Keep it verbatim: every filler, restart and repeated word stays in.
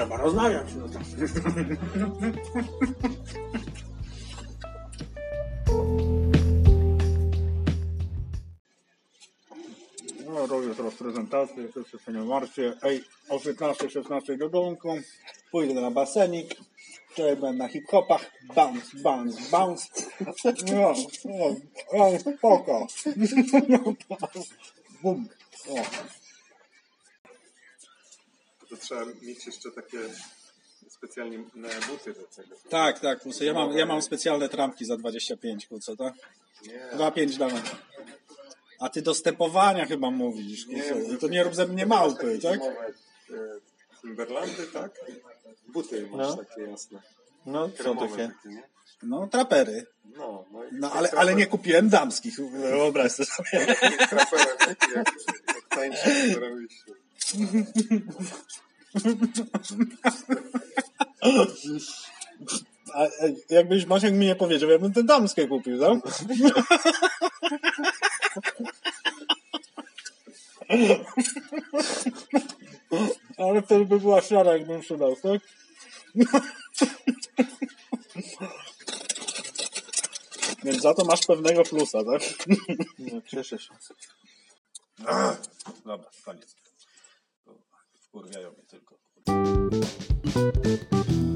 trzeba rozmawiać. No tak. No, robię teraz prezentację, wszyscy się nie martwcie. Ej, o piętnastej szesnastej do domku, pójdę na basenik, wczoraj byłem na hip-hopach, bounce, bounce, bounce. No, no, no, spoko. Bum. O. To trzeba mieć jeszcze takie specjalnie buty do tego. Tak, tak, kurczę, ja mam, ja mam specjalne trampki za dwadzieścia pięć, kurczę, tak? Nie. dwa pięć dawaj. A ty do stepowania chyba mówisz, kurczę. I to nie rób ze mnie małpy, tak? Timberlandy, tak? Buty masz No. takie jasne. No, są Kremowe takie. takie, nie? No, trapery. No, no, i No, ale, ale nie kupiłem damskich, wyobraź sobie. traperem, jak, jak, jak tańczy, które robiliście. A e, jakbyś Maciek mi nie powiedział, ja bym te damskie kupił, tak? Ale wtedy by była szara, jakbym sprzedał, tak? Więc za to masz pewnego plusa, tak? No, cieszę się. Dobra, koniec. Wkurwiają mnie tylko.